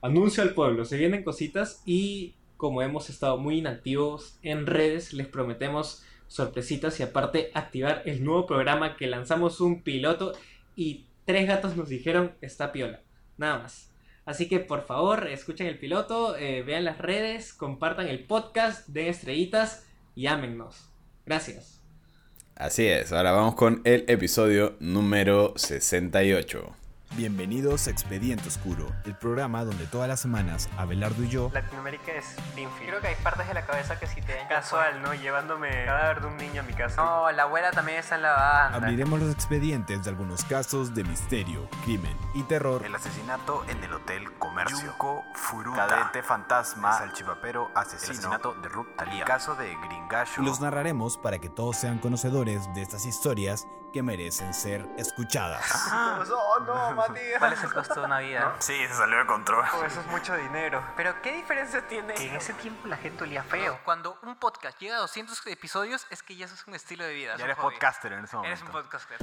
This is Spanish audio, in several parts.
anuncio al pueblo, se vienen cositas y como hemos estado muy inactivos en redes, les prometemos sorpresitas y aparte activar el nuevo programa que lanzamos un piloto y 3 gatos nos dijeron está piola, nada más. Así que por favor escuchen el piloto, vean las redes, compartan el podcast, den estrellitas y ámennos. Gracias. Así es, ahora vamos con el episodio número 68. Bienvenidos a Expediente Oscuro, el programa donde todas las semanas Abelardo y yo... Latinoamérica es Springfield. Creo que hay partes de la cabeza que si te dan casual, ¿no? Llevándome el cadáver de un niño a mi casa. No, la abuela también está en la banda. Abriremos los expedientes de algunos casos de misterio, crimen y terror. El asesinato en el Hotel Comercio. Yunko Furuta. Cadete fantasma. Salchipapero asesino. El asesinato de Ruth Talía. El caso de Gringallo. Y los narraremos para que todos sean conocedores de estas historias que merecen ser escuchadas. No, Matías. ¿Cuál es el costo de una vida? ¿No? Sí, se salió de control. Eso es mucho dinero. Pero ¿qué diferencia tiene? Que en ese tiempo la gente olía feo. Cuando un podcast llega a 200 episodios es que ya eso es un estilo de vida. Ya eres podcaster en ese momento. Eres un podcaster.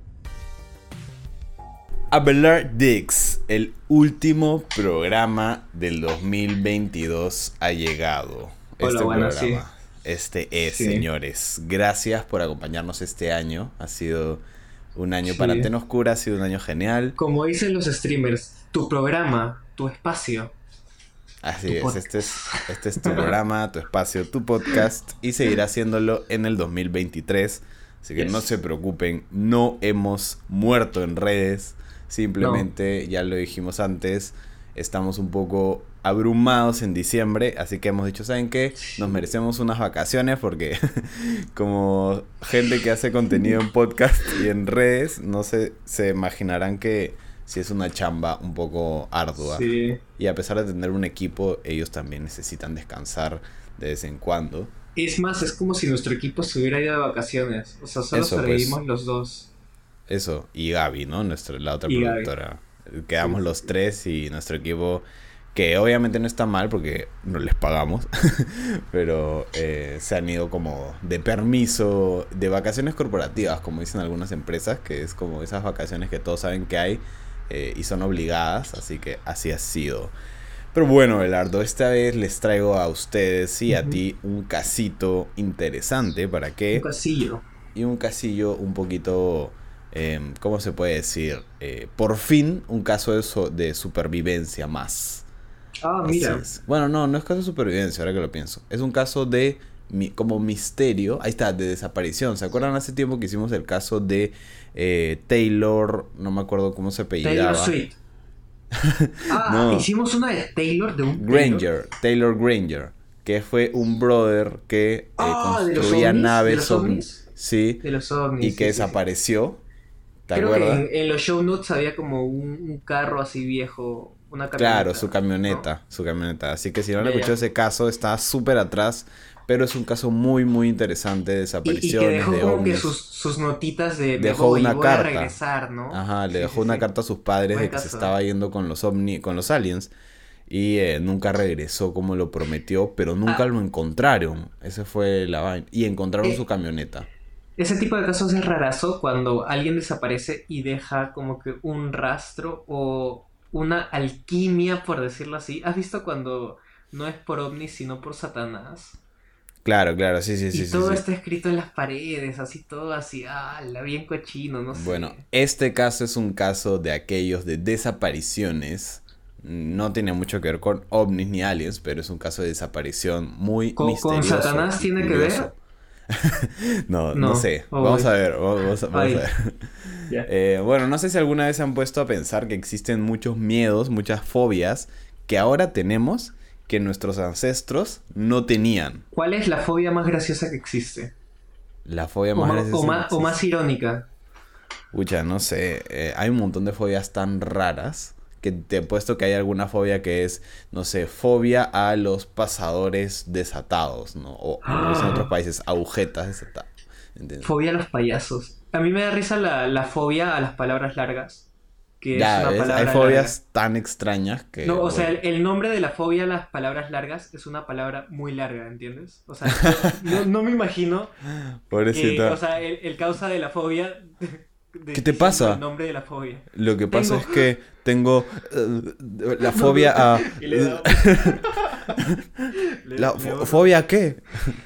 Abelard Dix, el último programa del 2022 ha llegado. Hola, bueno, sí. Este es, sí. Señores, gracias por acompañarnos este año. Ha sido un año para Antena Oscura, ha sido un año genial. Como dicen los streamers, tu programa, tu espacio. Así es, este es tu programa, tu espacio, tu podcast y seguirá haciéndolo en el 2023. Así que no se preocupen, no hemos muerto en redes. Simplemente, ya lo dijimos antes, estamos un poco abrumados en diciembre, así que hemos dicho, ¿saben qué? Nos merecemos unas vacaciones porque como gente que hace contenido en podcast y en redes, no se imaginarán que sí es una chamba un poco ardua. Sí. Y a pesar de tener un equipo, ellos también necesitan descansar de vez en cuando. Es más, es como si nuestro equipo se hubiera ido de vacaciones. O sea, solo sobrevivimos los dos. Eso, y Gaby, ¿no? La otra productora. Gaby. Quedamos los tres y nuestro equipo, que obviamente no está mal porque no les pagamos, pero se han ido como de permiso, de vacaciones corporativas, como dicen algunas empresas, que es como esas vacaciones que todos saben que hay y son obligadas, así que así ha sido. Pero bueno, Belardo, esta vez les traigo a ustedes y a ti un casito interesante. ¿Para qué? Un casillo. Y un casillo un poquito... ¿cómo se puede decir? Por fin un caso de supervivencia más. Ah, mira. Bueno, no es caso de supervivencia, ahora que lo pienso. Es un caso de como misterio. Ahí está, de desaparición. ¿Se acuerdan hace tiempo que hicimos el caso de Taylor? No me acuerdo cómo se apellidaba. Taylor Swift. No. Hicimos una de Taylor, de un Taylor Granger, que fue un brother que construía naves ovnis. Sí, de los ovnis, y que desapareció. ¿Te Creo acuerdas? Que en los show notes había como un carro así viejo, una camioneta. Claro, su camioneta. Así que si no han escuchado ese caso, está súper atrás, pero es un caso muy, muy interesante de desapariciones, y que dejó de como ovnis. que sus notitas de dejó una carta. A regresar, ¿no? Ajá, le dejó una carta a sus padres de que se estaba yendo con los con los aliens y nunca regresó como lo prometió, pero nunca lo encontraron. Esa fue la vaina. Y encontraron su camioneta. Ese tipo de casos es rarazo cuando alguien desaparece y deja como que un rastro o una alquimia, por decirlo así. ¿Has visto cuando no es por ovnis sino por Satanás? Claro, sí. Y todo está escrito en las paredes, así todo así, bien cochino, no sé. Bueno, este caso es un caso de aquellos de desapariciones. No tiene mucho que ver con ovnis ni aliens, pero es un caso de desaparición muy misterioso. ¿Con Satanás tiene que ver? No sé. Vamos a ver. Vamos a ver. Yeah. Bueno, no sé si alguna vez se han puesto a pensar que existen muchos miedos, muchas fobias que ahora tenemos que nuestros ancestros no tenían. ¿Cuál es la fobia más graciosa que existe? La fobia más graciosa. O más irónica. Pucha, no sé. Hay un montón de fobias tan raras que te he puesto que hay alguna fobia que es, no sé, fobia a los pasadores desatados, ¿no? O como dicen en otros países, agujetas desatadas. ¿Entiendes? Fobia a los payasos. A mí me da risa la fobia a las palabras largas. Que ya, es una palabra hay fobias larga. Tan extrañas que... No, o sea, el nombre de la fobia a las palabras largas es una palabra muy larga, ¿entiendes? O sea, no me imagino pobrecita. Que, o sea, el causa de la fobia ¿Qué te pasa? El nombre de la fobia. Lo que pasa es que tengo la fobia a... ¿Fobia a qué?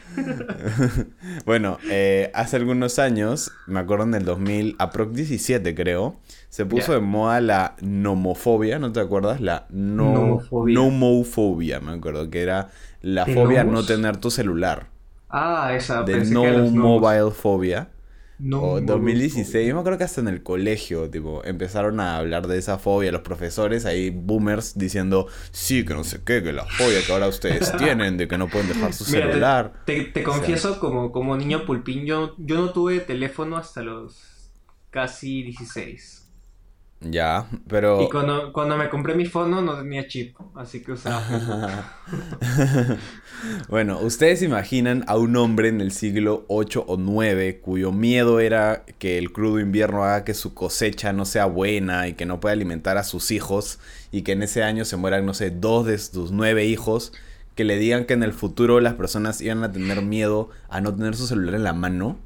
Bueno, hace algunos años, me acuerdo en el 2000, aprox 17 creo, se puso de moda la nomofobia, ¿no te acuerdas? La nomofobia, me acuerdo, que era la fobia a no tener tu celular. Ah, esa. De no mobile phobia. O 2016, yo me acuerdo que hasta en el colegio, tipo, empezaron a hablar de esa fobia, los profesores ahí, boomers, diciendo, sí, que no sé qué, que la fobia que ahora ustedes tienen, de que no pueden dejar su celular. Te confieso, como niño pulpín, yo no tuve teléfono hasta los casi 16. Ya, pero... Y cuando me compré mi fono no tenía chip, así que usaba Facebook. Bueno, ustedes imaginan a un hombre en el siglo 8 o 9 cuyo miedo era que el crudo invierno haga que su cosecha no sea buena y que no pueda alimentar a sus hijos y que en ese año se mueran, no sé, 2 de sus 9 hijos, que le digan que en el futuro las personas iban a tener miedo a no tener su celular en la mano.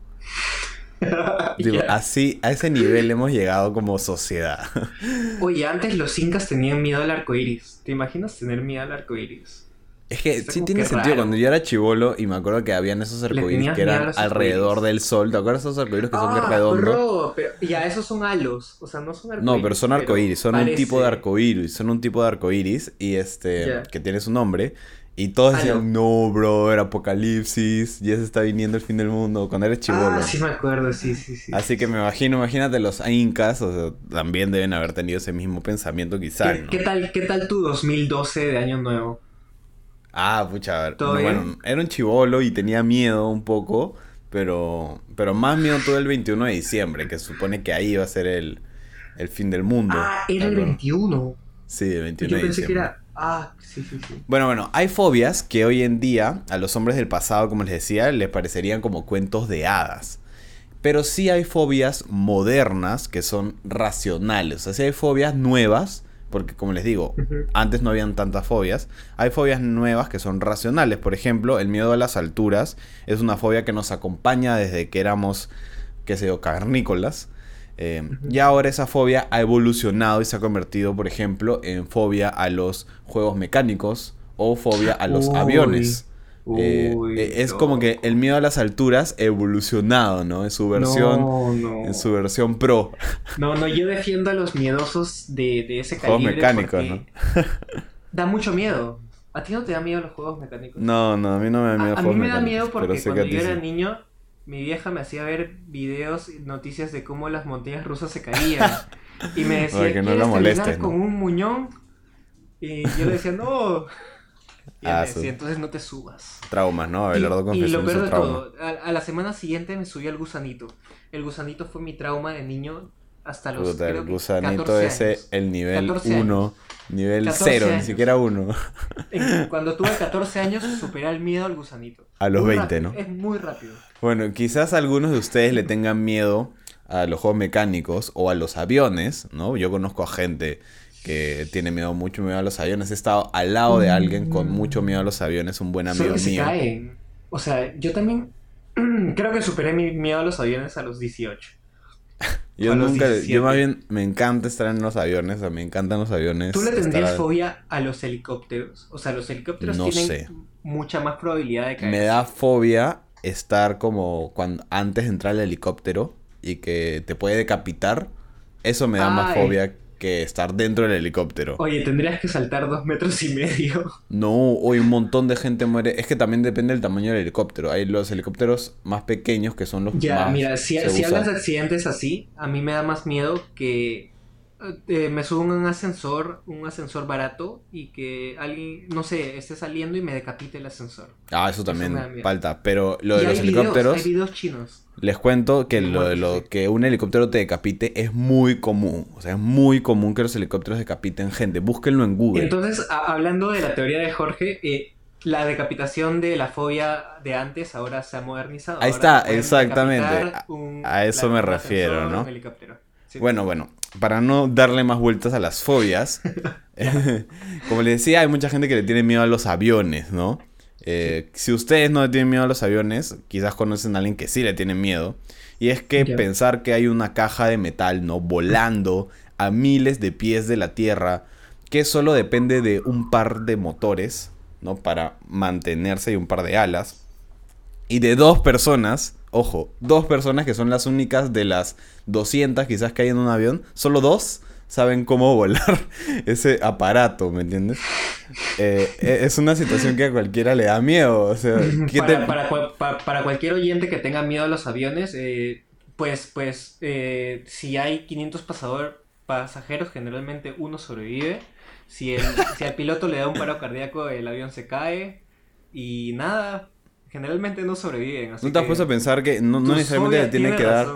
Digo, así, a ese nivel hemos llegado como sociedad. Oye, antes los incas tenían miedo al arco iris. ¿Te imaginas tener miedo al arco iris? Es que sí tiene sentido. Cuando yo era chibolo y me acuerdo que habían esos arcoíris que eran alrededor del sol. ¿Te acuerdas de esos arcoíris que son redondos? Bro, pero ya esos son halos. O sea, no son arcoíris. No, pero son arcoíris. Son un tipo de arcoíris. Son un tipo de arcoíris y que tiene su nombre. Y todos decían, no, bro, era apocalipsis, ya se está viniendo el fin del mundo, cuando eres chibolo. Ah, sí me acuerdo, sí. Así que imagínate los incas, o sea, también deben haber tenido ese mismo pensamiento quizá, ¿no? ¿Qué tal tu 2012 de Año Nuevo? Ah, pucha, a ver. Bueno, era un chibolo y tenía miedo un poco, pero más miedo tuve el 21 de diciembre, que supone que ahí iba a ser el fin del mundo. Ah, era el 21. Sí, el 21 de diciembre. Yo pensé que era... Ah, sí. Bueno, hay fobias que hoy en día a los hombres del pasado, como les decía, les parecerían como cuentos de hadas. Pero sí hay fobias modernas que son racionales. O sea, sí hay fobias nuevas, porque como les digo, antes no habían tantas fobias. Hay fobias nuevas que son racionales. Por ejemplo, el miedo a las alturas es una fobia que nos acompaña desde que éramos, qué sé yo, cavernícolas. Y ahora esa fobia ha evolucionado y se ha convertido, por ejemplo, en fobia a los juegos mecánicos o fobia a los aviones. Es como que el miedo a las alturas evolucionado, ¿no? En su versión pro. No, yo defiendo a los miedosos de ese calibre. Juegos mecánicos, ¿no? Da mucho miedo. ¿A ti no te da miedo los juegos mecánicos? No, a mí no me da miedo. A mí me da miedo porque cuando yo era niño, mi vieja me hacía ver videos y noticias de cómo las montañas rusas se caían. Y me decía, que no la molestes, con un muñón? Y yo le decía, no. Y me decía, entonces no te subas. Traumas, ¿no? Abelardo confesó. Y lo peor de todo, a la semana siguiente me subí al gusanito. El gusanito fue mi trauma de niño hasta los el gusanito ese, años. El nivel 1, nivel 0, ni siquiera 1. Cuando tuve 14 años superé el miedo al gusanito. A los muy 20, rápido, ¿no? Es muy rápido. Bueno, quizás algunos de ustedes le tengan miedo a los juegos mecánicos o a los aviones, ¿no? Yo conozco a gente que tiene mucho miedo a los aviones. He estado al lado de alguien con mucho miedo a los aviones, un buen amigo mío. Se caen. O sea, yo también creo que superé mi miedo a los aviones a los 18. Yo más bien me encanta estar en los aviones, o sea, me encantan los aviones. ¿Tú le tendrías fobia a los helicópteros? O sea, los helicópteros tienen mucha más probabilidad de caer. Me da fobia estar como antes de entrar al helicóptero y que te puede decapitar. Eso me da más fobia que estar dentro del helicóptero. Oye, tendrías que saltar 2,5 metros. No, hoy un montón de gente muere. Es que también depende del tamaño del helicóptero. Hay los helicópteros más pequeños que son los más... Ya, mira, si hablas de accidentes así, a mí me da más miedo que me subo en un ascensor barato y que alguien, no sé, esté saliendo y me decapite el ascensor. Ah, eso también falta. Pero lo de los helicópteros... Hay videos chinos. Les cuento que que un helicóptero te decapite es muy común. O sea, es muy común que los helicópteros decapiten gente. Búsquenlo en Google. Entonces, hablando de la teoría de Jorge, la decapitación de la fobia de antes ahora se ha modernizado. Ahí está, exactamente. A eso me refiero, ¿no? Sí. Bueno, para no darle más vueltas a las fobias, como les decía, hay mucha gente que le tiene miedo a los aviones, ¿no? Si ustedes no le tienen miedo a los aviones, quizás conocen a alguien que sí le tiene miedo. Y es que pensar que hay una caja de metal, ¿no?, volando a miles de pies de la Tierra, que solo depende de un par de motores, ¿no?, para mantenerse, y un par de alas. Y de 2 personas, ojo, 2 personas que son las únicas de las 200 quizás que hay en un avión, solo 2 saben cómo volar ese aparato, ¿me entiendes? Es una situación que a cualquiera le da miedo. O sea, para cualquier oyente que tenga miedo a los aviones, si hay 500 pasajeros, generalmente uno sobrevive. Si al piloto le da un paro cardíaco, el avión se cae. Y nada, generalmente no sobreviven. Así ¿No te has puesto a pensar que no necesariamente le tiene que dar...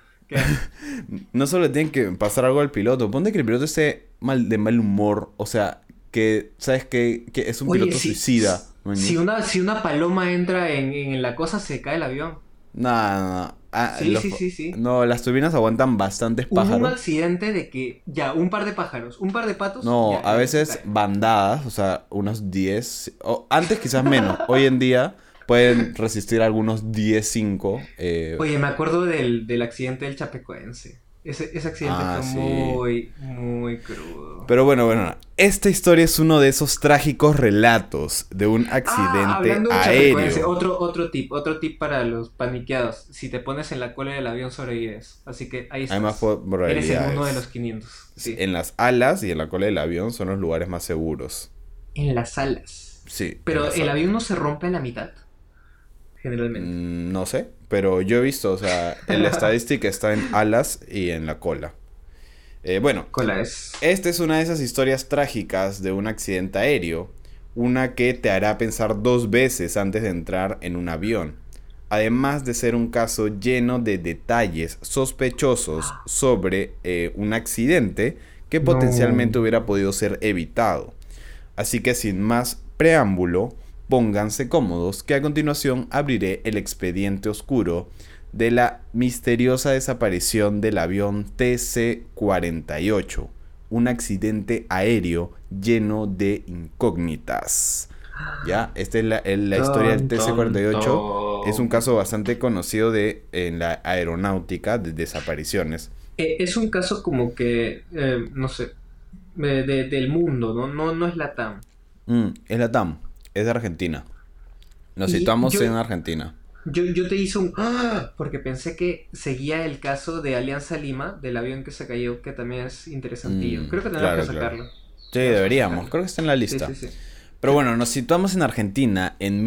No solo le tienen que pasar algo al piloto. Ponte que el piloto esté de mal humor. O sea, que sabes que es un piloto suicida. Si una paloma entra en la cosa, se cae el avión. No. Sí. No, las turbinas aguantan bastantes pájaros. Hubo un accidente de que un par de pájaros, un par de patos. No, a veces bandadas, o sea, unos 10. Antes quizás menos. Hoy en día pueden resistir algunos 5. Oye, me acuerdo del accidente del Chapecoense. Ese accidente fue muy crudo. Pero bueno, esta historia es uno de esos trágicos relatos de un accidente aéreo. Otro tip para los paniqueados. Si te pones en la cola del avión, sobrevives. Así que ahí estás. Hay más probabilidades. Eres en uno de los 500. Sí. En las alas y en la cola del avión son los lugares más seguros. En las alas. Sí. Pero el avión no se rompe a la mitad. Generalmente. No sé, pero yo he visto, o sea, la estadística está en alas y en la cola. Cola es. Esta es una de esas historias trágicas de un accidente aéreo, una que te hará pensar 2 veces antes de entrar en un avión. Además de ser un caso lleno de detalles sospechosos sobre un accidente que potencialmente hubiera podido ser evitado. Así que sin más preámbulo, pónganse cómodos, que a continuación abriré el expediente oscuro de la misteriosa desaparición del avión TC-48, un accidente aéreo lleno de incógnitas. Ya, esta es la historia del TC-48. Es un caso bastante conocido en la aeronáutica de desapariciones. Es un caso como que, no sé, del mundo, no es LATAM. Es LATAM. Es de Argentina. Nos situamos en Argentina. Yo te hice un... porque pensé que seguía el caso de Alianza Lima, del avión que se cayó, que también es interesantillo. Creo que tenemos que sacarlo. Sí, deberíamos. Creo que está en la lista. Sí. Pero bueno, nos situamos en Argentina en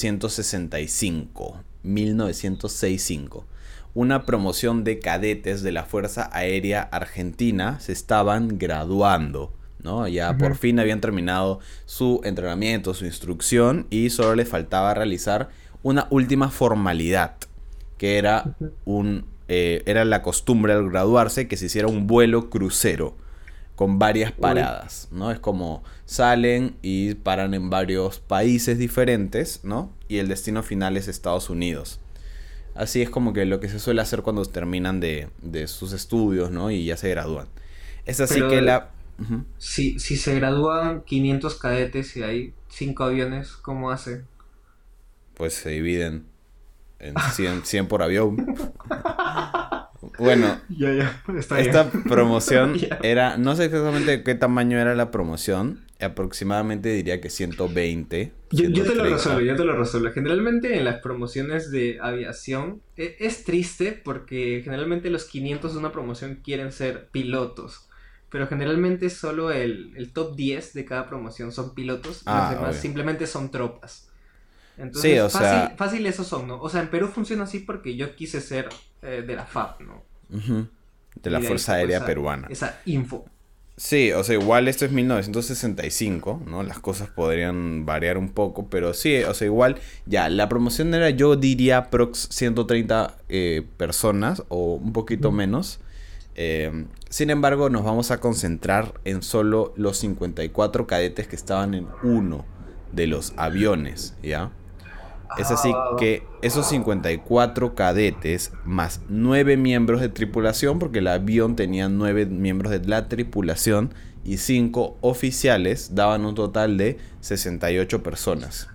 1965. Una promoción de cadetes de la Fuerza Aérea Argentina se estaban graduando, ¿no? Ya por fin habían terminado su entrenamiento, su instrucción, y solo les faltaba realizar una última formalidad, que era era la costumbre al graduarse que se hiciera un vuelo crucero con varias paradas, ¿no? Es como salen y paran en varios países diferentes, ¿no? Y el destino final es Estados Unidos. Así es como que lo que se suele hacer cuando terminan de sus estudios, ¿no? Y ya se gradúan. Es así. Pero que si se gradúan 500 cadetes y hay 5 aviones, ¿cómo hacen? Pues se dividen en 100 por avión. Bueno, esta promoción era... No sé exactamente qué tamaño era la promoción. Aproximadamente diría que 120. Yo te lo resuelvo. Generalmente en las promociones de aviación es triste porque generalmente los 500 de una promoción quieren ser pilotos. Pero generalmente solo el top 10 de cada promoción son pilotos. Los demás simplemente son tropas. Entonces, sí, fácil esos son, ¿no? O sea, en Perú funciona así porque yo quise ser de la FAP, ¿no? De la Fuerza Aérea Peruana. Esa info. Sí, o sea, igual esto es 1965, ¿no? Las cosas podrían variar un poco, pero sí, o sea, igual, ya, la promoción era, yo diría, prox 130 personas o un poquito menos. Sin embargo, nos vamos a concentrar en solo los 54 cadetes que estaban en uno de los aviones, ¿ya? Es así que esos 54 cadetes más 9 miembros de tripulación, porque el avión tenía 9 miembros de la tripulación y 5 oficiales, daban un total de 68 personas.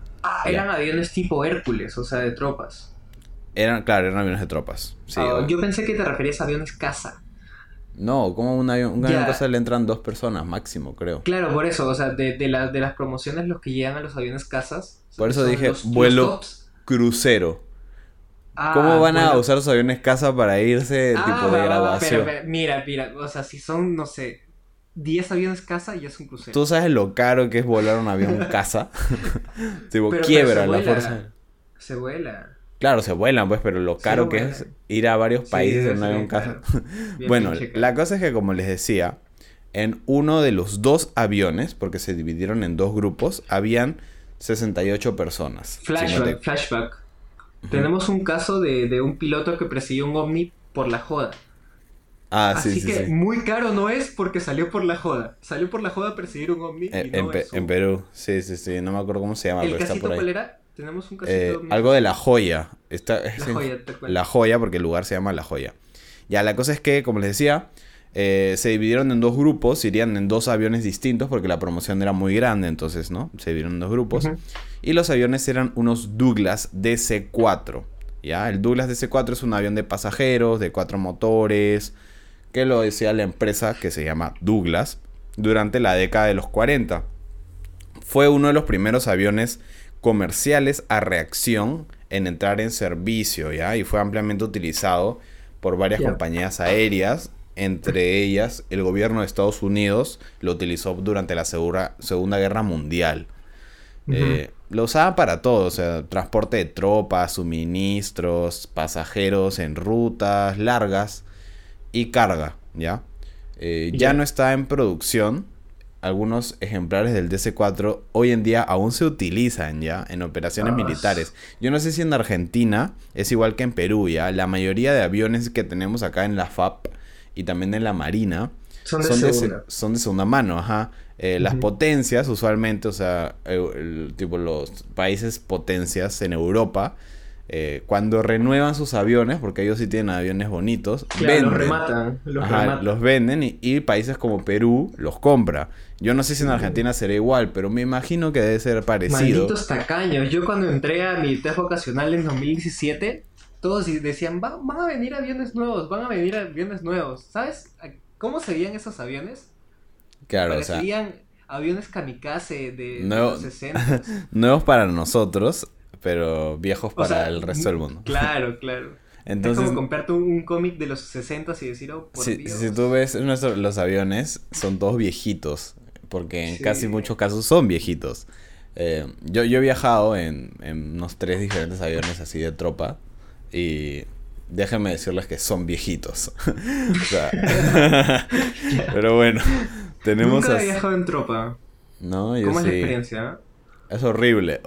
eran aviones tipo Hércules, o sea, de tropas. Eran aviones de tropas. Sí, yo pensé que te referías a aviones caza. No, como un avión caza le entran 2 personas máximo, creo. Claro, por eso, o sea, de las promociones, los que llegan a los aviones cazas. Por eso dije vuelo crucero. ¿Cómo van a usar los aviones caza para irse tipo de graduación? Pero, mira, o sea, si son, no sé, 10 aviones caza, ya es un crucero. ¿Tú sabes lo caro que es volar un avión caza? Tipo, quiebra la fuerza. Se vuela. Claro, se vuelan, pues, pero lo caro que es ir a varios países en un avión caza. Bueno, la cosa es que, como les decía, en uno de los 2 aviones, porque se dividieron en 2 grupos, habían 68 personas. Flashback. Tenemos un caso de un piloto que persiguió un ovni por la joda. Así que muy caro no es porque salió por la joda. Salió por la joda a perseguir un ovni. En Perú, sí. No me acuerdo cómo se llama, pero está por ahí. ¿Cuál era? Tenemos un casito. Algo de La Joya. Joya, te cuento. La Joya, porque el lugar se llama La Joya. Ya, la cosa es que, como les decía, se dividieron en 2 grupos. Irían en 2 aviones distintos porque la promoción era muy grande. Entonces, ¿no? Se dividieron en 2 grupos. Uh-huh. Y los aviones eran unos Douglas DC-4. ¿Ya? El Douglas DC-4 es un avión de pasajeros, de 4 motores, que lo decía la empresa que se llama Douglas durante la década de los 40. Fue uno de los primeros aviones comerciales a reacción en entrar en servicio, ¿ya? Y fue ampliamente utilizado por varias compañías aéreas, entre ellas el gobierno de Estados Unidos lo utilizó durante la Segunda Guerra Mundial. Uh-huh. Lo usaban para todo, o sea, transporte de tropas, suministros, pasajeros en rutas largas y carga, ¿ya? Ya no está en producción. Algunos ejemplares del DC-4 hoy en día aún se utilizan ya en operaciones militares. Yo no sé si en Argentina es igual que en Perú, ya. La mayoría de aviones que tenemos acá en la FAP y también en la Marina son de segunda mano, ajá. Las potencias usualmente, o sea, tipo los países potencias en Europa, cuando renuevan sus aviones, porque ellos sí tienen aviones bonitos, claro, rematan. Los venden y países como Perú los compra. Yo no sé si en Argentina será igual, pero me imagino que debe ser parecido. Malditos tacaños. Yo cuando entré a mi test vocacional en 2017, todos decían, van a venir aviones nuevos. ¿Sabes cómo se veían esos aviones? Claro, parecían aviones kamikaze de los 60. Nuevos para nosotros, pero viejos para el resto del mundo. Claro. Entonces, es como comprarte un cómic de los 60 y decir, oh, por Dios. Si tú ves los aviones, son todos viejitos, porque en casi muchos casos son viejitos. Yo he viajado en unos 3 diferentes aviones así de tropa y déjenme decirles que son viejitos. O sea, pero bueno, tenemos... Nunca he viajado en tropa. No, yo ¿Cómo es la sí. experiencia? Es horrible,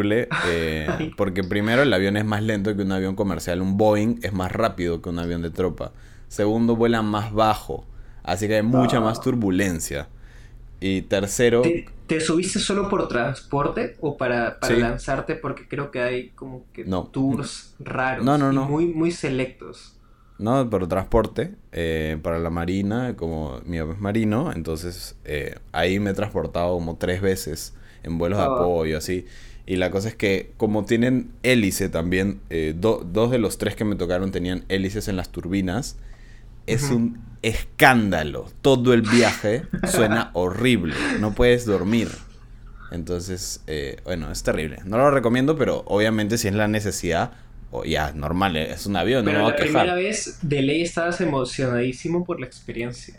porque primero el avión es más lento que un avión comercial. Un Boeing es más rápido que un avión de tropa. Segundo, vuela más bajo, así que hay mucha más turbulencia. Y tercero... ¿Te subiste solo por transporte o para lanzarte? Porque creo que hay como que tours raros y muy, muy selectos. No, por transporte, para la marina, como mi papá es marino, entonces ahí me he transportado como 3 veces en vuelos de apoyo, así. Y la cosa es que como tienen hélice también, 2 de los 3 que me tocaron tenían hélices en las turbinas. Es un escándalo. Todo el viaje suena horrible. No puedes dormir. Entonces, bueno, es terrible. No lo recomiendo, pero obviamente si es la necesidad, ya, normal, es un avión, pero no me voy a quejar. Pero la primera vez de ley estabas emocionadísimo por la experiencia.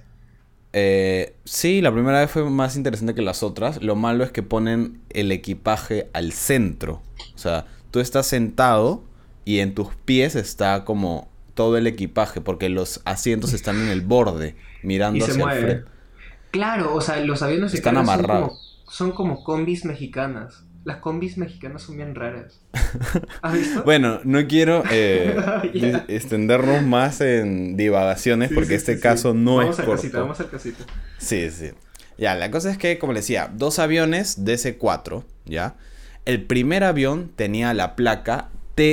Sí, la primera vez fue más interesante que las otras. Lo malo es que ponen el equipaje al centro. O sea, tú estás sentado y en tus pies está como todo el equipaje, porque los asientos están en el borde, mirando hacia el frente. Claro, o sea, los aviones están amarrados. Son como combis mexicanas. Las combis mexicanas son bien raras. ¿Has visto? Bueno, no quiero extendernos más en divagaciones, porque este caso no es corto. Vamos al casito. Sí. Ya, la cosa es que, como les decía, 2 aviones DC-4, ¿ya? El primer avión tenía la placa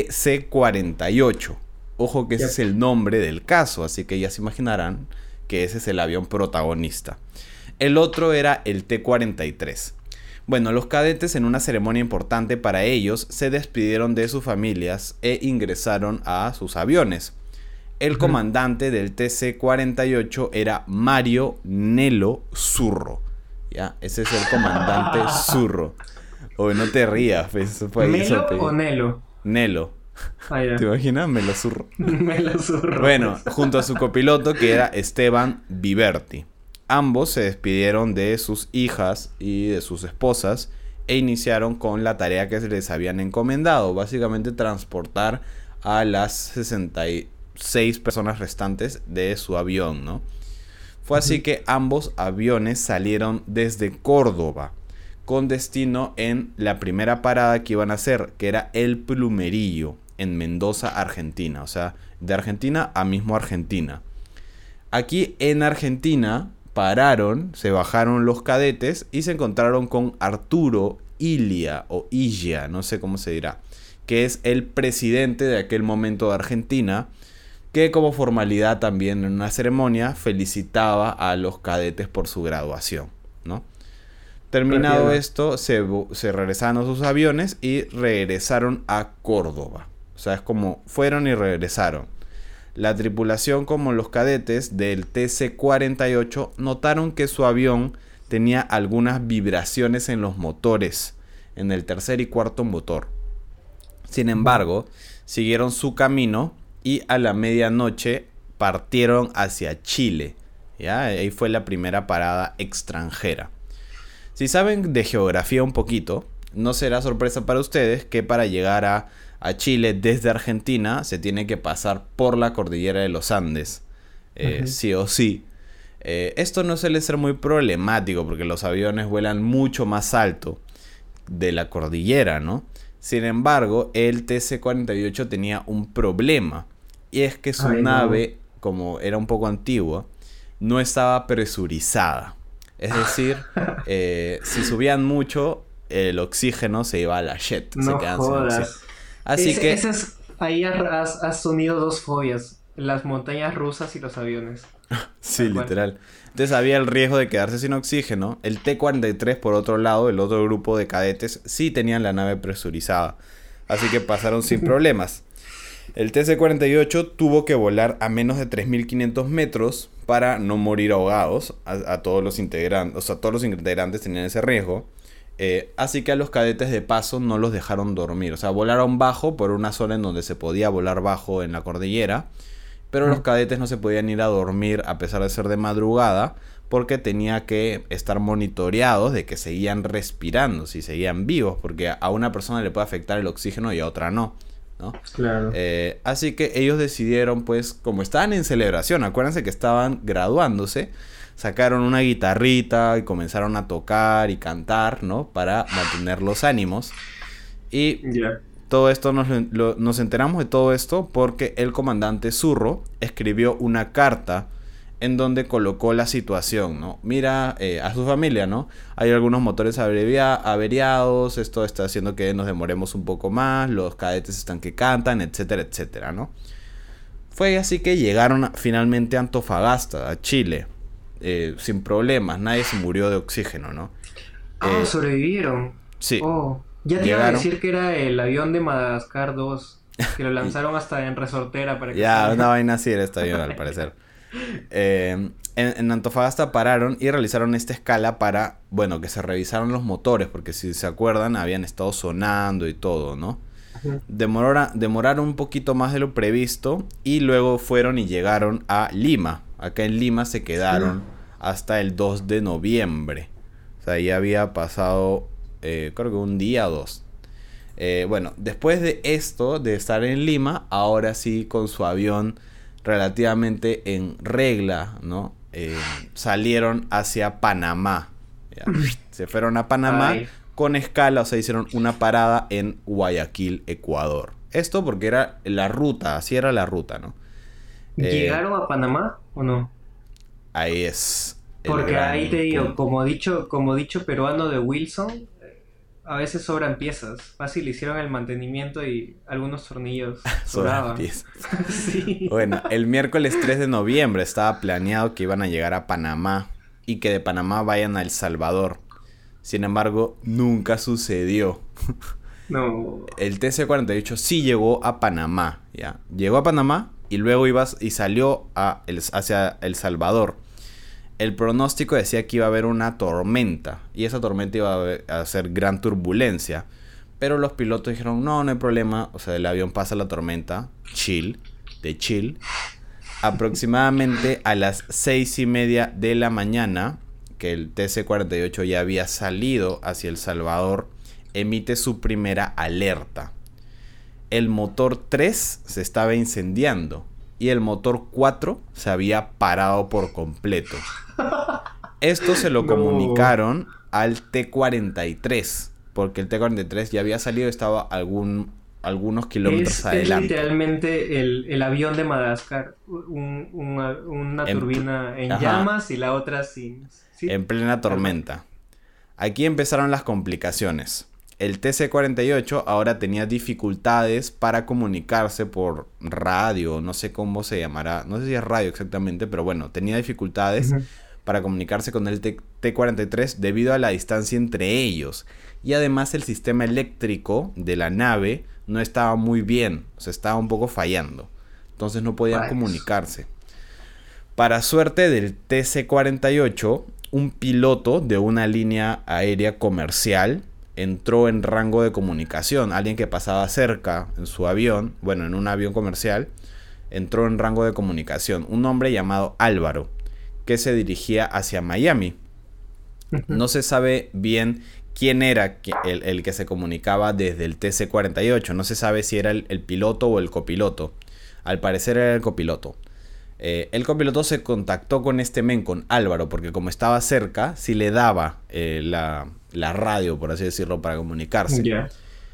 TC-48. Ojo que ese es el nombre del caso, así que ya se imaginarán que ese es el avión protagonista. El otro era el T-43. Bueno, los cadetes, en una ceremonia importante para ellos, se despidieron de sus familias e ingresaron a sus aviones. El comandante del TC-48 era Mario Nelo Zurro. ¿Ya? Ese es el comandante Zurro. Oye, no te rías, pues, eso fue ¿Melo o Nelo? Nelo. Ya. ¿Te imaginas? Me lo zurro. Me lo zurro. Bueno, junto a su copiloto, que era Esteban Viverti. Ambos se despidieron de sus hijas y de sus esposas e iniciaron con la tarea que se les habían encomendado, básicamente transportar a las 66 personas restantes de su avión, ¿no? Fue así que ambos aviones salieron desde Córdoba, con destino en la primera parada que iban a hacer, que era El Plumerillo, en Mendoza, Argentina. O sea, de Argentina a mismo Argentina. Aquí en Argentina pararon, se bajaron los cadetes y se encontraron con Arturo Illia, o Illa, no sé cómo se dirá, que es el presidente de aquel momento de Argentina, que como formalidad también en una ceremonia felicitaba a los cadetes por su graduación, ¿no? Terminado esto, se regresaron a sus aviones y regresaron a Córdoba. O sea, es como fueron y regresaron. La tripulación, como los cadetes del TC-48, notaron que su avión tenía algunas vibraciones en los motores, en el tercer y cuarto motor. Sin embargo, siguieron su camino y a la medianoche partieron hacia Chile. ¿Ya? Ahí fue la primera parada extranjera. Si saben de geografía un poquito, no será sorpresa para ustedes que para llegar a Chile desde Argentina se tiene que pasar por la cordillera de los Andes, sí o sí. Esto no suele ser muy problemático porque los aviones vuelan mucho más alto de la cordillera, ¿no? Sin embargo, el TC-48 tenía un problema, y es que su nave, como era un poco antigua, no estaba presurizada. Es decir, si subían mucho, el oxígeno se iba a la shit. No se quedan sin oxígeno. Así que... ahí has unido dos fobias. Las montañas rusas y los aviones. Sí, literal. Entonces había el riesgo de quedarse sin oxígeno. El T-43, por otro lado, el otro grupo de cadetes, sí tenían la nave presurizada. Así que pasaron sin problemas. El TC-48 tuvo que volar a menos de 3.500 metros para no morir ahogados. A todos los integrantes, o sea, todos los integrantes tenían ese riesgo. Así que a los cadetes de paso no los dejaron dormir. O sea, volaron bajo por una zona en donde se podía volar bajo en la cordillera. Pero los cadetes no se podían ir a dormir a pesar de ser de madrugada, porque tenía que estar monitoreados de que seguían respirando, si seguían vivos, porque a una persona le puede afectar el oxígeno y a otra no, ¿no? Claro. Así que ellos decidieron, pues, como estaban en celebración, acuérdense que estaban graduándose, sacaron una guitarrita y comenzaron a tocar y cantar, ¿no? Para mantener los ánimos. Y todo esto nos enteramos de todo esto porque el comandante Zurro escribió una carta en donde colocó la situación, ¿no? Mira, a su familia, ¿no? Hay algunos motores averiados, esto está haciendo que nos demoremos un poco más, los cadetes están que cantan, etcétera, etcétera, ¿no? Fue así que llegaron finalmente a Antofagasta, a Chile, sin problemas, nadie se murió de oxígeno, ¿no? Sobrevivieron. Sí. Ya te iba a decir que era el avión de Madagascar 2, que lo lanzaron hasta en resortera para que... Ya, una vaina así era este avión, al parecer. En Antofagasta pararon y realizaron esta escala para, bueno, que se revisaron los motores, porque si se acuerdan habían estado sonando y todo, ¿no? Demoraron un poquito más de lo previsto y luego fueron y llegaron a Lima. Acá en Lima se quedaron hasta el 2 de noviembre. O sea, ya había pasado, creo que un día o dos. Bueno, después de esto, de estar en Lima, ahora sí con su avión relativamente en regla, ¿no? Salieron hacia Panamá. ¿Ya? Se fueron a Panamá con escala, o sea, hicieron una parada en Guayaquil, Ecuador. Esto porque era la ruta, así era la ruta, ¿no? ¿Llegaron a Panamá o no? Ahí es. Porque ahí te digo, como dicho peruano de Wilson, a veces sobran piezas. Fácil hicieron el mantenimiento y algunos tornillos sobraban. Piezas. Sí. Bueno, el miércoles 3 de noviembre estaba planeado que iban a llegar a Panamá y que de Panamá vayan a El Salvador. Sin embargo, nunca sucedió. No. El TC-48 sí llegó a Panamá, ¿ya? Llegó a Panamá y luego salió hacia El Salvador. El pronóstico decía que iba a haber una tormenta y esa tormenta iba a ser gran turbulencia. Pero los pilotos dijeron, no hay problema. O sea, el avión pasa la tormenta, chill. Aproximadamente a las 6:30 de la mañana, que el TC-48 ya había salido hacia El Salvador, emite su primera alerta. El motor 3 se estaba incendiando y el motor 4 se había parado por completo. Esto se lo comunicaron al T-43, porque el T-43 ya había salido y estaba algunos kilómetros adelante. Es literalmente el avión de Madagascar, una turbina en llamas y la otra sin... ¿sí? En plena tormenta. Aquí empezaron las complicaciones. El TC-48 ahora tenía dificultades para comunicarse por radio, no sé cómo se llamará, no sé si es radio exactamente, pero bueno, tenía dificultades para comunicarse con el T-43 debido a la distancia entre ellos. Y además el sistema eléctrico de la nave no estaba muy bien, o sea, estaba un poco fallando. Entonces no podían comunicarse. Para suerte del TC-48, un piloto de una línea aérea comercial entró en rango de comunicación. Alguien que pasaba cerca en su avión, bueno, en un avión comercial, entró en rango de comunicación. Un hombre llamado Álvaro, que se dirigía hacia Miami. No se sabe bien quién era el que se comunicaba desde el TC-48. No se sabe si era el piloto o el copiloto. Al parecer era el copiloto. El copiloto se contactó con con Álvaro, porque como estaba cerca, sí le daba la radio, por así decirlo, para comunicarse. Yeah.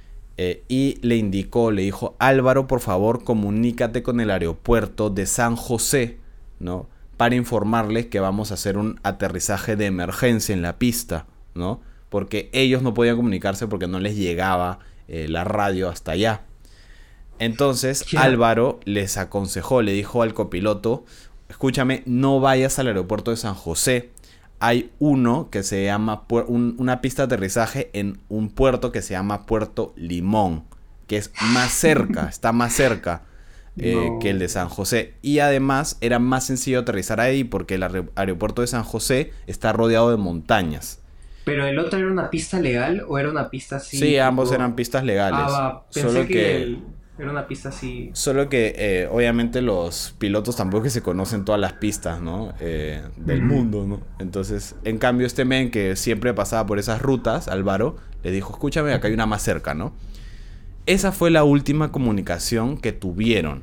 Y le dijo, Álvaro, por favor, comunícate con el aeropuerto de San José, ¿no? Para informarles que vamos a hacer un aterrizaje de emergencia en la pista, ¿no? Porque ellos no podían comunicarse porque no les llegaba la radio hasta allá. Entonces Álvaro les aconsejó, le dijo al copiloto, escúchame, no vayas al aeropuerto de San José. Hay uno que se llama, una pista de aterrizaje en un puerto que se llama Puerto Limón, que es más cerca, está más cerca que el de San José. Y además era más sencillo aterrizar ahí porque el aeropuerto de San José está rodeado de montañas. ¿Pero el otro era una pista legal o era una pista así? Sí, ambos eran pistas legales. Pensé que era una pista así. Solo que obviamente los pilotos tampoco que se conocen todas las pistas, ¿no? Del mundo, ¿no? Entonces, en cambio, este men que siempre pasaba por esas rutas, Álvaro, le dijo, escúchame, acá hay una más cerca, ¿no? Esa fue la última comunicación que tuvieron.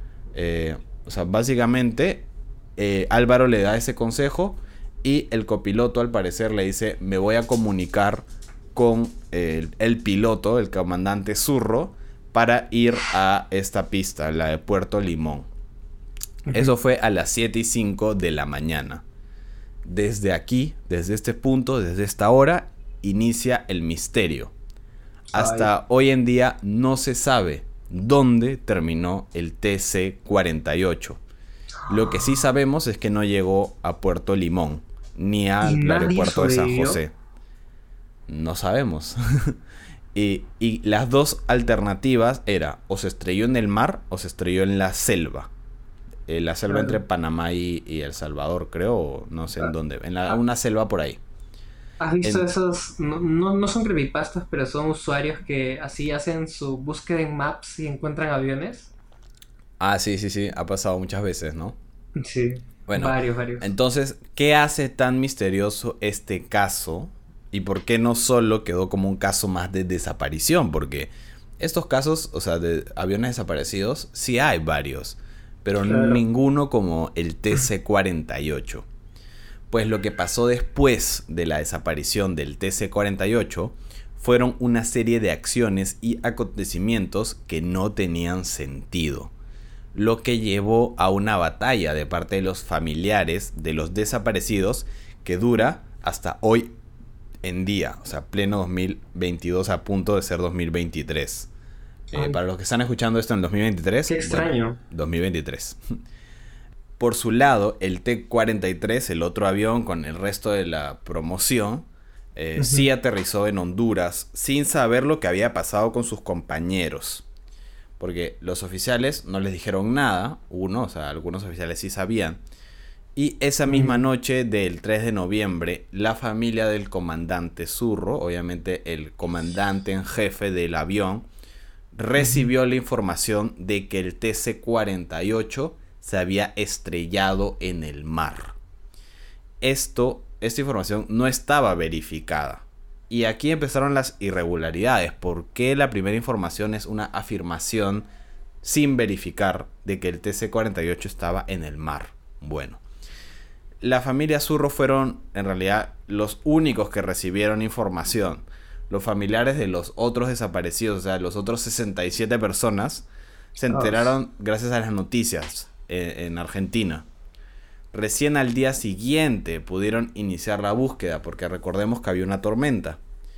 O sea, básicamente, Álvaro le da ese consejo y el copiloto, al parecer, le dice, me voy a comunicar con el piloto, el comandante Zurro, para ir a esta pista, la de Puerto Limón. Eso fue a las 7:05 de la mañana. Desde aquí, desde este punto, desde esta hora, inicia el misterio. Hasta hoy en día no se sabe dónde terminó el TC-48. Lo que sí sabemos es que no llegó a Puerto Limón, ni al aeropuerto de San José. No sabemos. Y las dos alternativas era o se estrelló en el mar o se estrelló en la selva. La selva entre Panamá y El Salvador, creo, o no sé en dónde. Una selva por ahí. ¿Has visto esos? No son creepypastas, pero son usuarios que así hacen su búsqueda en Maps y encuentran aviones. Ah, sí. Ha pasado muchas veces, ¿no? Sí. Bueno, varios. Entonces, ¿qué hace tan misterioso este caso? ¿Y por qué no solo quedó como un caso más de desaparición? Porque estos casos, o sea, de aviones desaparecidos, sí hay varios, pero ninguno como el TC-48. Pues lo que pasó después de la desaparición del TC-48 fueron una serie de acciones y acontecimientos que no tenían sentido, lo que llevó a una batalla de parte de los familiares de los desaparecidos que dura hasta hoy en día, o sea, pleno 2022, a punto de ser 2023. Para los que están escuchando esto en 2023, qué extraño. Bueno, 2023. Por su lado, el T-43, el otro avión con el resto de la promoción, sí aterrizó en Honduras sin saber lo que había pasado con sus compañeros. Porque los oficiales no les dijeron nada, o sea, algunos oficiales sí sabían. Y esa misma noche del 3 de noviembre, la familia del comandante Zurro, obviamente el comandante en jefe del avión, recibió la información de que el TC-48 se había estrellado en el mar. Esta información no estaba verificada. Y aquí empezaron las irregularidades. ¿Por qué la primera información es una afirmación sin verificar de que el TC-48 estaba en el mar? Bueno, la familia Zurro fueron en realidad los únicos que recibieron información. Los familiares de los otros desaparecidos, o sea, los otros 67 personas, se enteraron gracias a las noticias en Argentina. Recién al día siguiente pudieron iniciar la búsqueda, porque recordemos que había una tormenta.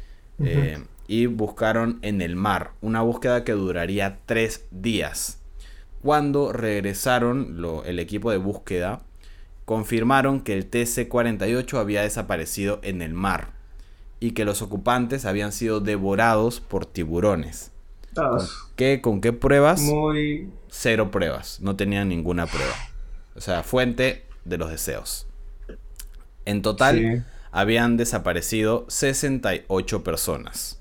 Y buscaron en el mar, una búsqueda que duraría 3 días. Cuando regresaron el equipo de búsqueda, confirmaron que el TC-48 había desaparecido en el mar y que los ocupantes habían sido devorados por tiburones. ¿Con qué pruebas? 0 pruebas, no tenían ninguna prueba. O sea, fuente de los deseos. En total, habían desaparecido 68 personas.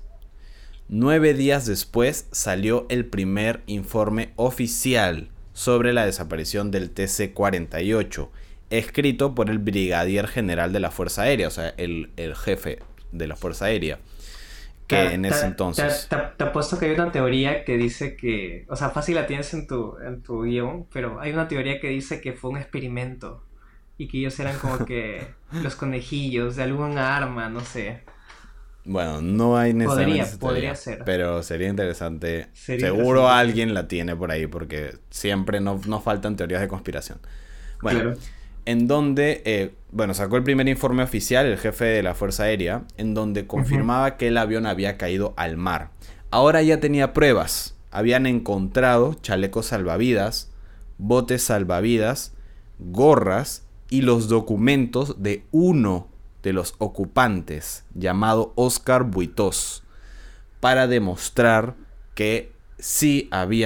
9 días después salió el primer informe oficial sobre la desaparición del TC-48, escrito por el brigadier general de la Fuerza Aérea, o sea, el jefe de la Fuerza Aérea, que en ese entonces... Te apuesto que hay una teoría que dice que... O sea, fácil la tienes en tu guión, pero hay una teoría que dice que fue un experimento y que ellos eran como que los conejillos de alguna arma, no sé. Bueno, no hay necesariamente podría ser. Pero sería interesante. Seguro alguien la tiene por ahí, porque siempre no faltan teorías de conspiración. Bueno, claro. En donde, sacó el primer informe oficial, el jefe de la Fuerza Aérea, en donde confirmaba que el avión había caído al mar. Ahora ya tenía pruebas. Habían encontrado chalecos salvavidas, botes salvavidas, gorras y los documentos de uno de los ocupantes, llamado Oscar Buitós, para demostrar que sí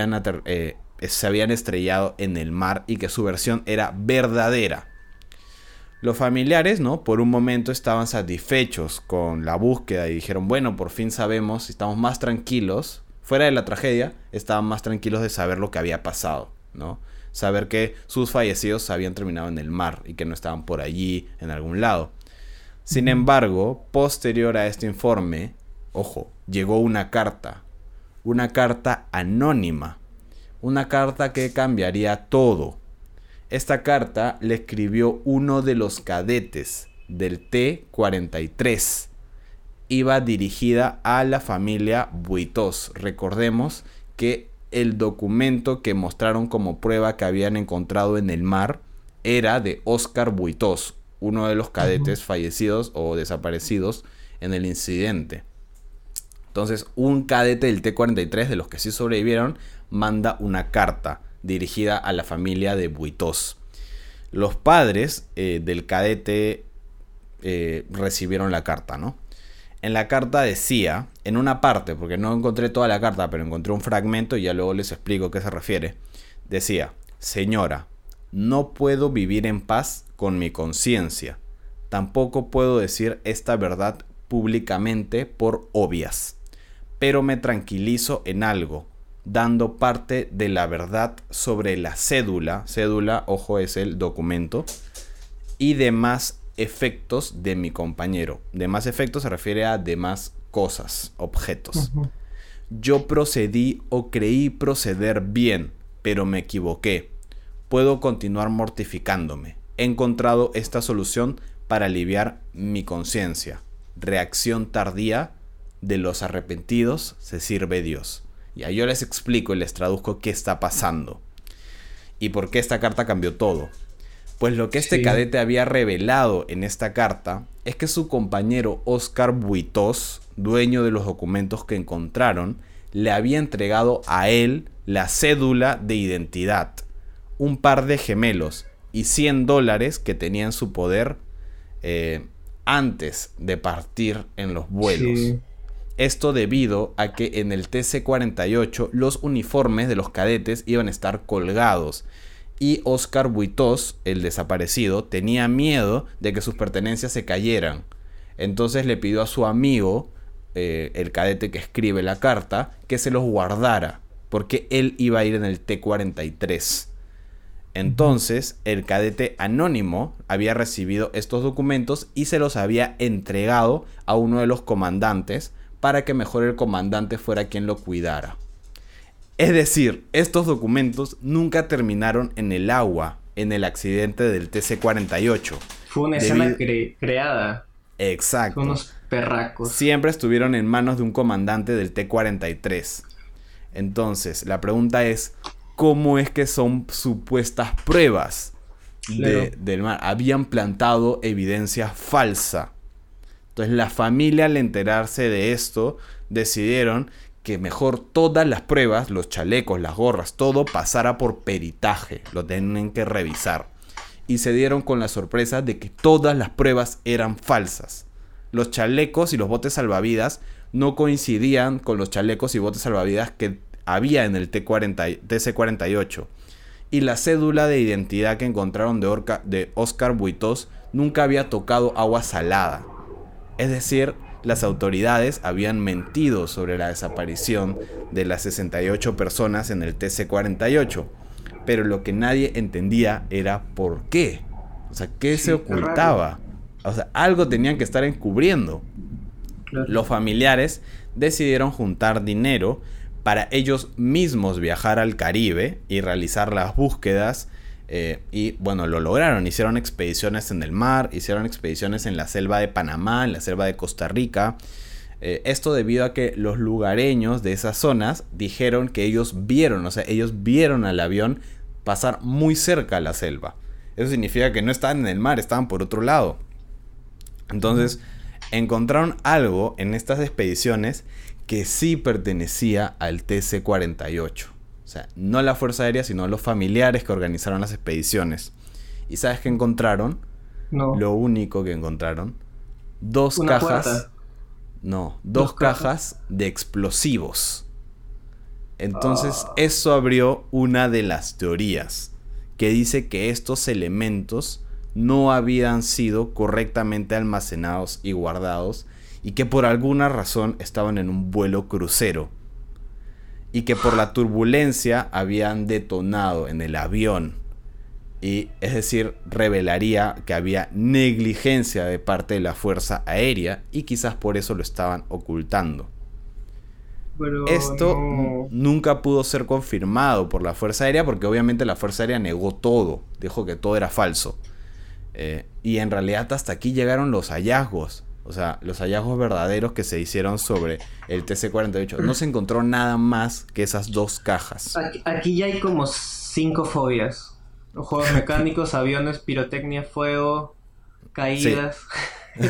se habían estrellado en el mar y que su versión era verdadera. Los familiares, por un momento estaban satisfechos con la búsqueda y dijeron, bueno, por fin sabemos, estamos más tranquilos, fuera de la tragedia, estaban más tranquilos de saber lo que había pasado, saber que sus fallecidos habían terminado en el mar y que no estaban por allí en algún lado. Sin embargo, posterior a este informe, llegó una carta anónima, una carta que cambiaría todo. Esta carta le escribió uno de los cadetes del T-43. Iba dirigida a la familia Buitós. Recordemos que el documento que mostraron como prueba que habían encontrado en el mar era de Oscar Buitós, uno de los cadetes fallecidos o desaparecidos en el incidente. Entonces, un cadete del T-43, de los que sí sobrevivieron, manda una carta dirigida a la familia de Buitós. Los padres del cadete recibieron la carta, En la carta decía, en una parte, porque no encontré toda la carta, pero encontré un fragmento y ya luego les explico a qué se refiere. Decía, señora, no puedo vivir en paz con mi conciencia. Tampoco puedo decir esta verdad públicamente por obvias. Pero me tranquilizo en algo, dando parte de la verdad sobre la cédula, es el documento, y demás efectos de mi compañero. Demás efectos se refiere a demás cosas, objetos. Yo procedí o creí proceder bien, pero me equivoqué. Puedo continuar mortificándome. He encontrado esta solución para aliviar mi conciencia. Reacción tardía de los arrepentidos se sirve Dios. Ya yo les explico y les traduzco qué está pasando y por qué esta carta cambió todo. Pues lo que este cadete había revelado en esta carta es que su compañero Oscar Buitós, dueño de los documentos que encontraron, le había entregado a él la cédula de identidad, un par de gemelos y $100 que tenía en su poder antes de partir en los vuelos. Sí. Esto debido a que en el TC-48 los uniformes de los cadetes iban a estar colgados y Oscar Buitós, el desaparecido, tenía miedo de que sus pertenencias se cayeran. Entonces le pidió a su amigo, el cadete que escribe la carta, que se los guardara, porque él iba a ir en el T-43. Entonces, el cadete anónimo había recibido estos documentos y se los había entregado a uno de los comandantes para que mejor el comandante fuera quien lo cuidara. Es decir, estos documentos nunca terminaron en el agua en el accidente del TC-48. Fue una escena creada. Exacto. Fue unos perracos. Siempre estuvieron en manos de un comandante del T-43. Entonces, la pregunta es, ¿cómo es que son supuestas pruebas del mar? Habían plantado evidencia falsa. Entonces la familia, al enterarse de esto, decidieron que mejor todas las pruebas, los chalecos, las gorras, todo pasara por peritaje. Lo tienen que revisar. Y se dieron con la sorpresa de que todas las pruebas eran falsas. Los chalecos y los botes salvavidas no coincidían con los chalecos y botes salvavidas que había en el TC-48. Y la cédula de identidad que encontraron de Oscar Buitós nunca había tocado agua salada. Es decir, las autoridades habían mentido sobre la desaparición de las 68 personas en el TC-48. Pero lo que nadie entendía era por qué. O sea, ¿qué se ocultaba? O sea, algo tenían que estar encubriendo. Claro. Los familiares decidieron juntar dinero para ellos mismos viajar al Caribe y realizar las búsquedas. Y bueno, lo lograron. Hicieron expediciones en el mar, hicieron expediciones en la selva de Panamá, en la selva de Costa Rica. Esto debido a que los lugareños de esas zonas dijeron que ellos vieron al avión pasar muy cerca a la selva. Eso significa que no estaban en el mar, estaban por otro lado. Entonces, encontraron algo en estas expediciones que sí pertenecía al TC-48. O sea, no la Fuerza Aérea, sino los familiares que organizaron las expediciones. ¿Y sabes qué encontraron? No. Lo único que encontraron. Dos cajas de explosivos. Entonces, eso abrió una de las teorías que dice que estos elementos no habían sido correctamente almacenados y guardados y que por alguna razón estaban en un vuelo crucero y que por la turbulencia habían detonado en el avión. Y es decir, revelaría que había negligencia de parte de la Fuerza Aérea y quizás por eso lo estaban ocultando. Pero esto nunca pudo ser confirmado por la Fuerza Aérea porque obviamente la Fuerza Aérea negó todo, dijo que todo era falso. Y en realidad hasta aquí llegaron los hallazgos. O sea, los hallazgos verdaderos que se hicieron sobre el TC-48. No se encontró nada más que esas dos cajas. Aquí ya hay como 5 fobias. Los juegos mecánicos, aviones, pirotecnia, fuego, caídas. Sí.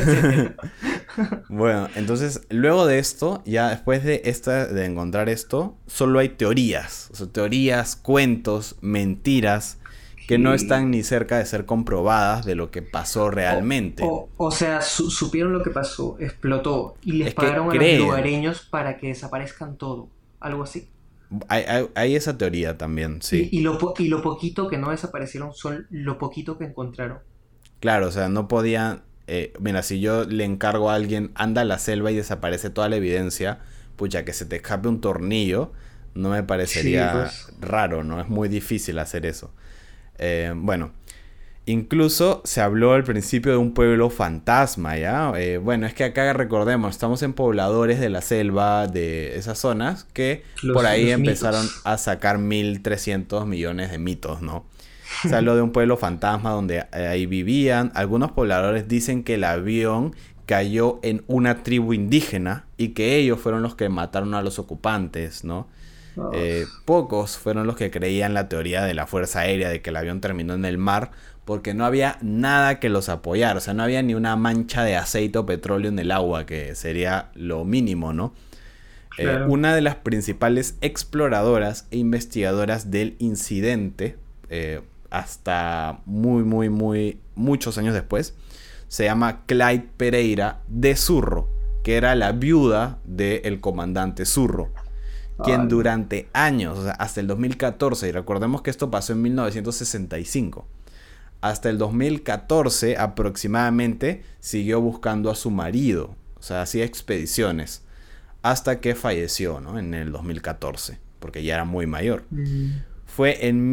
Bueno, entonces, luego de esto, ya después de encontrar esto, solo hay teorías. O sea, teorías, cuentos, mentiras que no están ni cerca de ser comprobadas de lo que pasó realmente. O sea, supieron lo que pasó, explotó y les pagaron a los lugareños para que desaparezcan todo, algo así. Hay esa teoría también, sí. Y lo poquito que no desaparecieron son lo poquito que encontraron. Claro, o sea, no podían... mira, si yo le encargo a alguien, anda a la selva y desaparece toda la evidencia, pucha, que se te escape un tornillo, no me parecería raro, ¿no? Es muy difícil hacer eso. Bueno, incluso se habló al principio de un pueblo fantasma, ¿ya? Bueno, es que acá recordemos, estamos en pobladores de la selva, de esas zonas, que por ahí empezaron mitos a sacar 1.300 millones de mitos, ¿no? Se habló de un pueblo fantasma donde ahí vivían. Algunos pobladores dicen que el avión cayó en una tribu indígena y que ellos fueron los que mataron a los ocupantes, ¿no? Pocos fueron los que creían la teoría de la Fuerza Aérea de que el avión terminó en el mar porque no había nada que los apoyara. O sea, no había ni una mancha de aceite o petróleo en el agua, que sería lo mínimo, ¿no? Claro. Una de las principales exploradoras e investigadoras del incidente, hasta muchos años después, se llama Clyde Pereira de Zurro, que era la viuda del comandante Zurro, quien durante años, o sea, hasta el 2014, y recordemos que esto pasó en 1965, hasta el 2014 aproximadamente siguió buscando a su marido, o sea, hacía expediciones, hasta que falleció, ¿no? En el 2014, porque ya era muy mayor. Fue en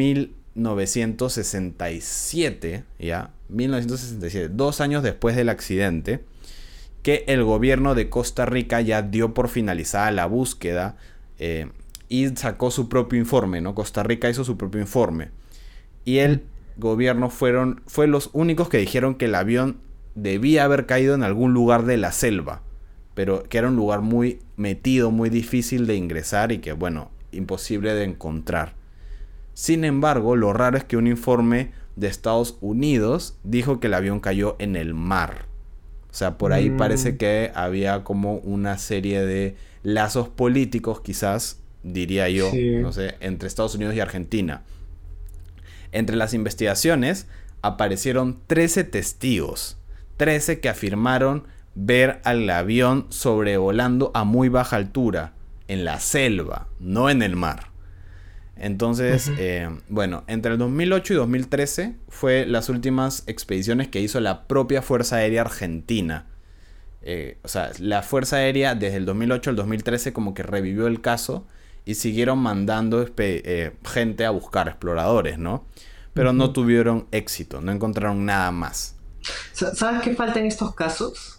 1967, 2 años después del accidente, que el gobierno de Costa Rica ya dio por finalizada la búsqueda y sacó su propio informe, ¿no? Costa Rica hizo su propio informe. Y el gobierno fue los únicos que dijeron que el avión debía haber caído en algún lugar de la selva, pero que era un lugar muy metido, muy difícil de ingresar y que, bueno, imposible de encontrar. Sin embargo, lo raro es que un informe de Estados Unidos dijo que el avión cayó en el mar. O sea, por ahí parece que había como una serie de lazos políticos, quizás, diría yo, no sé, entre Estados Unidos y Argentina. Entre las investigaciones aparecieron 13 testigos, 13 que afirmaron ver al avión sobrevolando a muy baja altura, en la selva, no en el mar. Entonces, bueno, entre el 2008 y 2013 fue las últimas expediciones que hizo la propia Fuerza Aérea Argentina. O sea, la Fuerza Aérea desde el 2008 al 2013 como que revivió el caso y siguieron mandando gente a buscar, exploradores, ¿no? Pero no tuvieron éxito, no encontraron nada más. ¿Sabes qué falta en estos casos?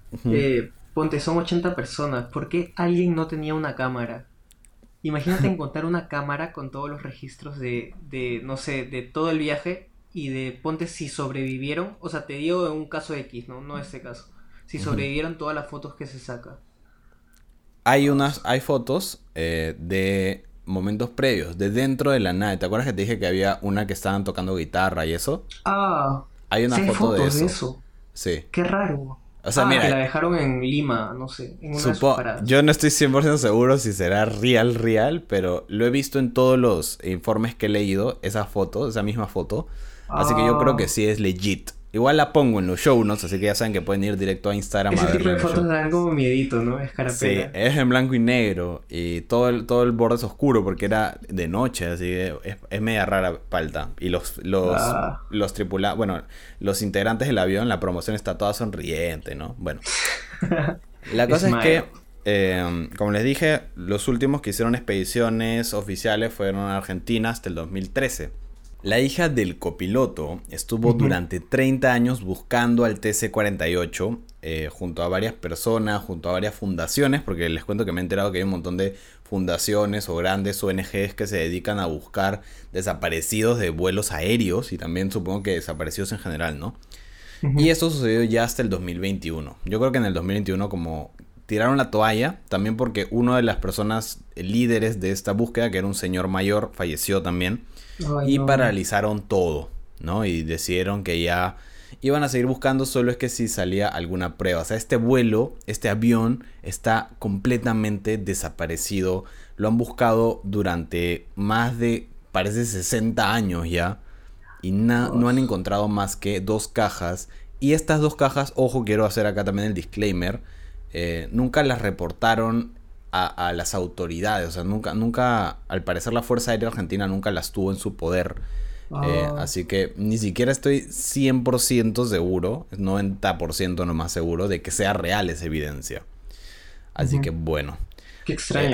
Ponte, son 80 personas. ¿Por qué alguien no tenía una cámara? Imagínate encontrar una cámara con todos los registros de no sé, de todo el viaje y de, ponte, si sobrevivieron. O sea, te digo en un caso X, no este caso. Si sobrevivieron todas las fotos que se saca. Hay fotos de momentos previos, de dentro de la nave. ¿Te acuerdas que te dije que había una que estaban tocando guitarra y eso? Hay una foto de eso. Sí. Qué raro. O sea, mira, que la dejaron en Lima, no sé, en una de sus paradas. Yo no estoy 100% seguro si será real, pero lo he visto en todos los informes que he leído, esa misma foto. Así que yo creo que sí es legit. Igual la pongo en los show notes, así que ya saben que pueden ir directo a Instagram a verla. Ese tipo de fotos dan como miedito, ¿no? Escarapela. Sí, es en blanco y negro y todo el borde es oscuro porque era de noche, así que es media rara palta. Y los tripulantes, bueno, los integrantes del avión, la promoción está toda sonriente, ¿no? Bueno, la cosa es que, como les dije, los últimos que hicieron expediciones oficiales fueron a Argentina hasta el 2013. La hija del copiloto estuvo durante 30 años buscando al TC-48 junto a varias personas, junto a varias fundaciones, porque les cuento que me he enterado que hay un montón de fundaciones o grandes ONGs que se dedican a buscar desaparecidos de vuelos aéreos y también supongo que desaparecidos en general, ¿no? Y esto sucedió ya hasta el 2021. Yo creo que en el 2021 como tiraron la toalla, también porque una de las personas líderes de esta búsqueda, que era un señor mayor, falleció también. Paralizaron todo, ¿no? Y decidieron que ya iban a seguir buscando, solo es que si salía alguna prueba. O sea, este avión está completamente desaparecido. Lo han buscado durante más de, parece 60 años ya. Y no han encontrado más que 2 cajas. Y estas 2 cajas, ojo, quiero hacer acá también el disclaimer, nunca las reportaron a las autoridades. O sea, nunca, al parecer la Fuerza Aérea Argentina nunca las tuvo en su poder. Así que ni siquiera estoy 100% seguro, 90% nomás seguro de que sea real esa evidencia. Así que bueno. Qué extraño.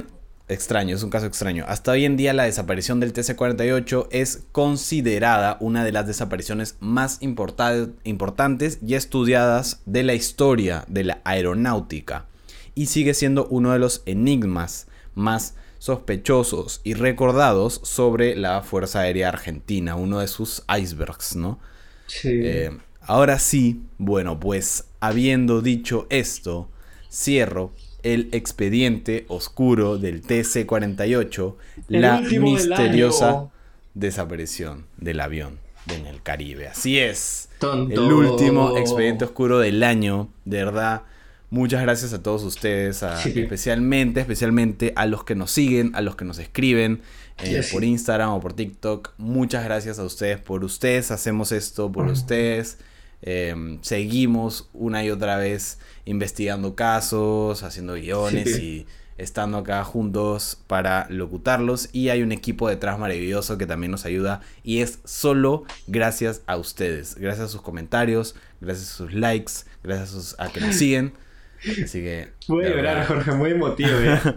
Es un caso extraño. Hasta hoy en día la desaparición del TC-48 es considerada una de las desapariciones más importantes y estudiadas de la historia de la aeronáutica. Y sigue siendo uno de los enigmas más sospechosos y recordados sobre la Fuerza Aérea Argentina, uno de sus icebergs, ¿no? Sí. Ahora sí, bueno, pues habiendo dicho esto, cierro el expediente oscuro del TC-48, la misteriosa desaparición del avión en el Caribe. Así es, el último expediente oscuro del año, de verdad. Muchas gracias a todos ustedes, especialmente a los que nos siguen, a los que nos escriben por Instagram o por TikTok. Muchas gracias a ustedes, por ustedes hacemos esto, por ustedes Seguimos una y otra vez investigando casos, haciendo guiones y estando acá juntos para locutarlos. Y hay un equipo detrás maravilloso que también nos ayuda. Y es solo gracias a ustedes. Gracias a sus comentarios, gracias a sus likes, gracias a que nos siguen. Así que... Voy a llorar, Jorge, muy emotivo,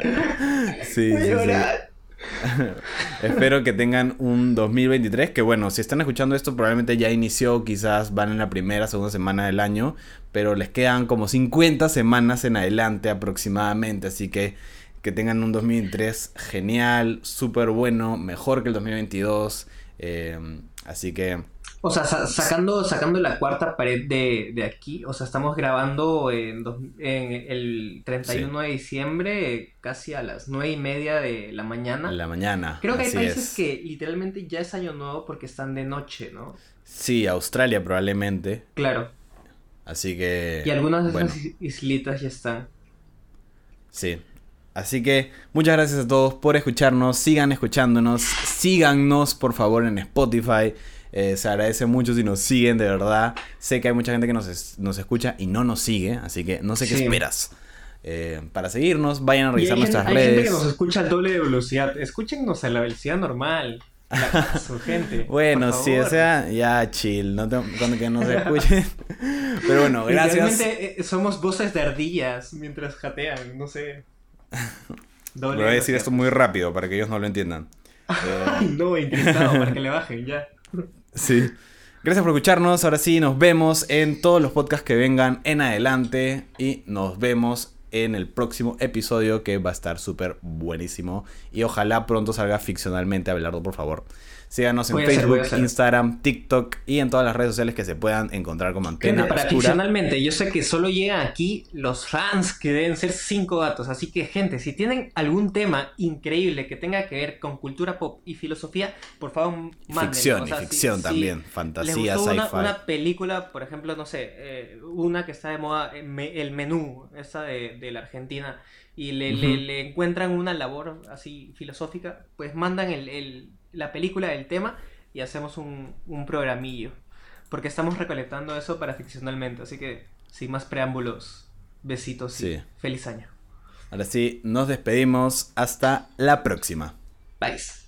Sí, voy a llorar. Espero que tengan un 2023 que, bueno, si están escuchando esto probablemente ya inició, quizás van en la primera, segunda semana del año, pero les quedan como 50 semanas en adelante aproximadamente, así que tengan un 2023 genial, súper bueno, mejor que el 2022, así que... O sea, sacando la cuarta pared de aquí, o sea, estamos grabando en el 31 de diciembre, casi a las 9:30 de la mañana. En la mañana. Creo que hay países que literalmente ya es año nuevo porque están de noche, ¿no? Sí, Australia probablemente. Claro. Así que... Y algunas de esas islitas ya están. Sí. Así que muchas gracias a todos por escucharnos. Sigan escuchándonos. Síganos, por favor, en Spotify. Se agradece mucho si nos siguen, de verdad. Sé que hay mucha gente que nos escucha y no nos sigue, así que no sé qué esperas. Para seguirnos, vayan a revisar nuestras redes. Hay gente que nos escucha al doble de velocidad. Escúchennos a la velocidad normal. Gente. Bueno, si o sea, ya chill, cuando que nos escuchen. Pero bueno, gracias. Realmente somos voces de ardillas mientras jatean, no sé. Voy a decir esto muy rápido para que ellos no lo entiendan. No, intentado para que le bajen ya. Sí. Gracias por escucharnos. Ahora sí, nos vemos en todos los podcasts que vengan en adelante. Y nos vemos en el próximo episodio, que va a estar súper buenísimo. Y ojalá pronto salga ficcionalmente Abelardo, por favor. Síganos en Facebook, Instagram, TikTok y en todas las redes sociales que se puedan encontrar como Antena Oscura. Para ficcionalmente, yo sé que solo llegan aquí los fans, que deben ser 5 gatos. Así que, gente, si tienen algún tema increíble que tenga que ver con cultura pop y filosofía, por favor, mándenlo. Ficción, o sea, ficción también, fantasía, les gustó sci-fi. Una película, por ejemplo, no sé, una que está de moda, El Menú, esa de la Argentina, y le encuentran una labor así filosófica, pues mandan la película del tema y hacemos un programillo, porque estamos recolectando eso para ficcionalmente. Así que sin más preámbulos, besitos y feliz año. Ahora sí, nos despedimos, hasta la próxima. Bye.